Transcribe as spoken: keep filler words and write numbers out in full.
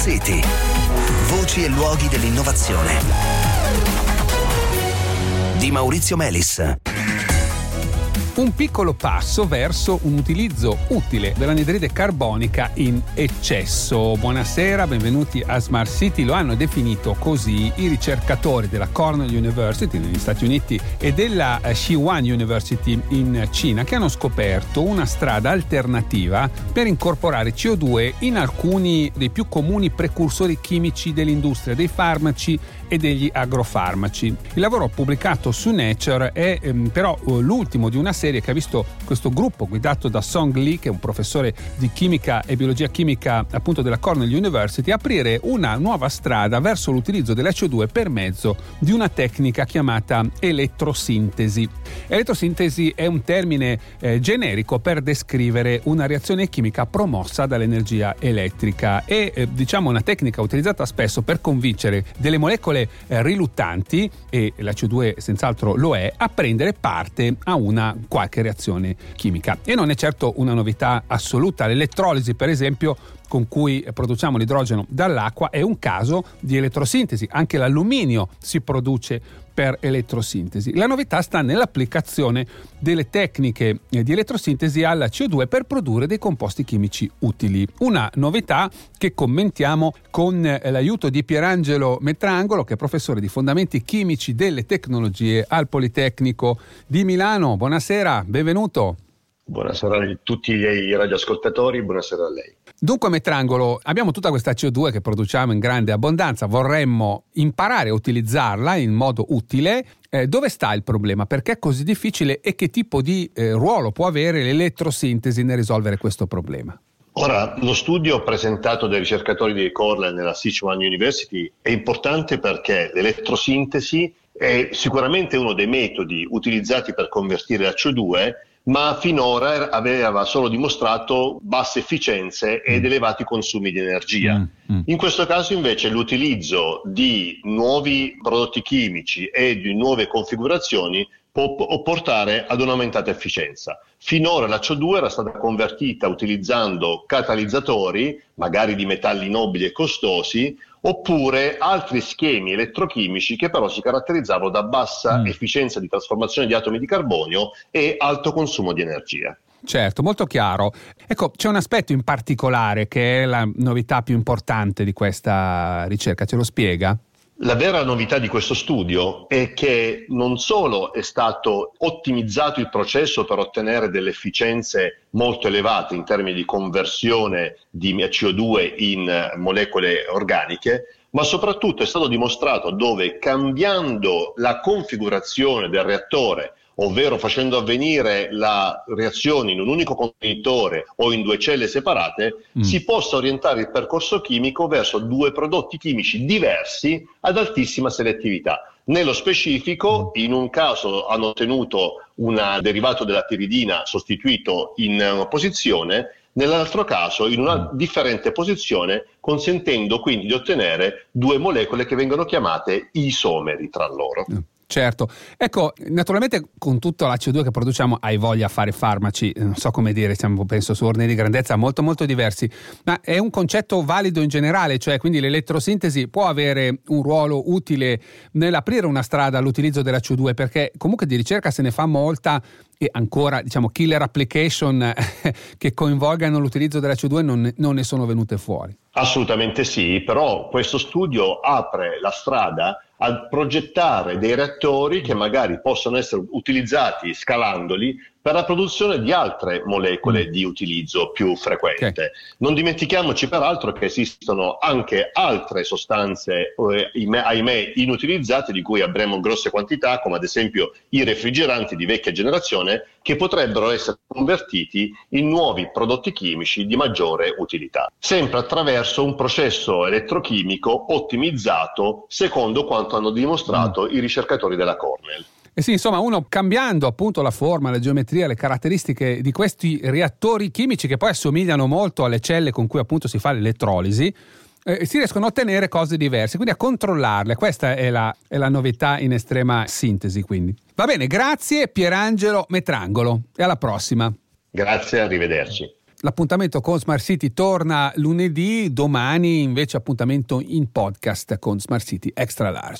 City. Voci e luoghi dell'innovazione. Di Maurizio Melis. Un piccolo passo verso un utilizzo utile dell'anidride carbonica in eccesso. Buonasera, benvenuti a Smart City. Lo hanno definito così i ricercatori della Cornell University negli Stati Uniti e della Xiwan University in Cina, che hanno scoperto una strada alternativa per incorporare C O due in alcuni dei più comuni precursori chimici dell'industria dei farmaci e degli agrofarmaci. Il lavoro pubblicato su Nature è ehm, però l'ultimo di una serie che ha visto questo gruppo guidato da Song Lee, che è un professore di chimica e biologia chimica appunto della Cornell University, aprire una nuova strada verso l'utilizzo della C O due per mezzo di una tecnica chiamata elettrosintesi. Elettrosintesi è un termine eh, generico per descrivere una reazione chimica promossa dall'energia elettrica e eh, diciamo una tecnica utilizzata spesso per convincere delle molecole eh, riluttanti, e la C O due senz'altro lo è, a prendere parte a una qualche reazione chimica. E non è certo una novità assoluta. L'elettrolisi, per esempio, con cui produciamo l'idrogeno dall'acqua, è un caso di elettrosintesi. Anche l'alluminio si produce per elettrosintesi. La novità sta nell'applicazione delle tecniche di elettrosintesi alla C O due per produrre dei composti chimici utili. Una novità che commentiamo con l'aiuto di Pierangelo Metrangolo, che è professore di fondamenti chimici delle tecnologie al Politecnico di Milano. Buonasera, benvenuto. Buonasera a tutti i radioascoltatori, buonasera a lei. Dunque, Metrangolo, abbiamo tutta questa C O due che produciamo in grande abbondanza, vorremmo imparare a utilizzarla in modo utile. Eh, dove sta il problema? Perché è così difficile e che tipo di eh, ruolo può avere l'elettrosintesi nel risolvere questo problema? Ora, lo studio presentato dai ricercatori di Cornell nella Sichuan University è importante perché l'elettrosintesi è sicuramente uno dei metodi utilizzati per convertire la C O due, ma finora aveva solo dimostrato basse efficienze ed elevati consumi di energia. Mm, mm. In questo caso invece l'utilizzo di nuovi prodotti chimici e di nuove configurazioni può portare ad un'aumentata efficienza. Finora la C O due era stata convertita utilizzando catalizzatori, magari di metalli nobili e costosi, oppure altri schemi elettrochimici che però si caratterizzavano da bassa mm. efficienza di trasformazione di atomi di carbonio e alto consumo di energia. Certo, molto chiaro. Ecco, c'è un aspetto in particolare che è la novità più importante di questa ricerca, ce lo spiega? La vera novità di questo studio è che non solo è stato ottimizzato il processo per ottenere delle efficienze molto elevate in termini di conversione di C O due in molecole organiche, ma soprattutto è stato dimostrato dove, cambiando la configurazione del reattore, ovvero facendo avvenire la reazione in un unico contenitore o in due celle separate, mm. si possa orientare il percorso chimico verso due prodotti chimici diversi ad altissima selettività. Nello specifico, in un caso hanno ottenuto un derivato della piridina sostituito in una posizione, nell'altro caso in una differente posizione, consentendo quindi di ottenere due molecole che vengono chiamate isomeri tra loro. Mm. Certo, ecco, naturalmente con tutta la C O due che produciamo hai voglia a fare farmaci, non so come dire, siamo, penso su ordini di grandezza molto molto diversi, ma è un concetto valido in generale, cioè quindi l'elettrosintesi può avere un ruolo utile nell'aprire una strada all'utilizzo della C O due, perché comunque di ricerca se ne fa molta e ancora diciamo killer application che coinvolgano l'utilizzo della C O due non, non ne sono venute fuori. Assolutamente sì, però questo studio apre la strada a progettare dei reattori che magari possono essere utilizzati scalandoli per la produzione di altre molecole di utilizzo più frequente. Okay. Non dimentichiamoci peraltro che esistono anche altre sostanze, eh, ahimè, inutilizzate, di cui avremo grosse quantità, come ad esempio i refrigeranti di vecchia generazione, che potrebbero essere convertiti in nuovi prodotti chimici di maggiore utilità, sempre attraverso un processo elettrochimico ottimizzato secondo quanto hanno dimostrato mm. i ricercatori della Cornell. E sì, insomma, uno cambiando appunto la forma, la geometria, le caratteristiche di questi reattori chimici che poi assomigliano molto alle celle con cui appunto si fa l'elettrolisi, eh, si riescono a ottenere cose diverse, quindi a controllarle. Questa è la, è la novità in estrema sintesi, quindi. Va bene, grazie Pierangelo Metrangolo e alla prossima. Grazie, arrivederci. L'appuntamento con Smart City torna lunedì, domani invece appuntamento in podcast con Smart City Extra Large.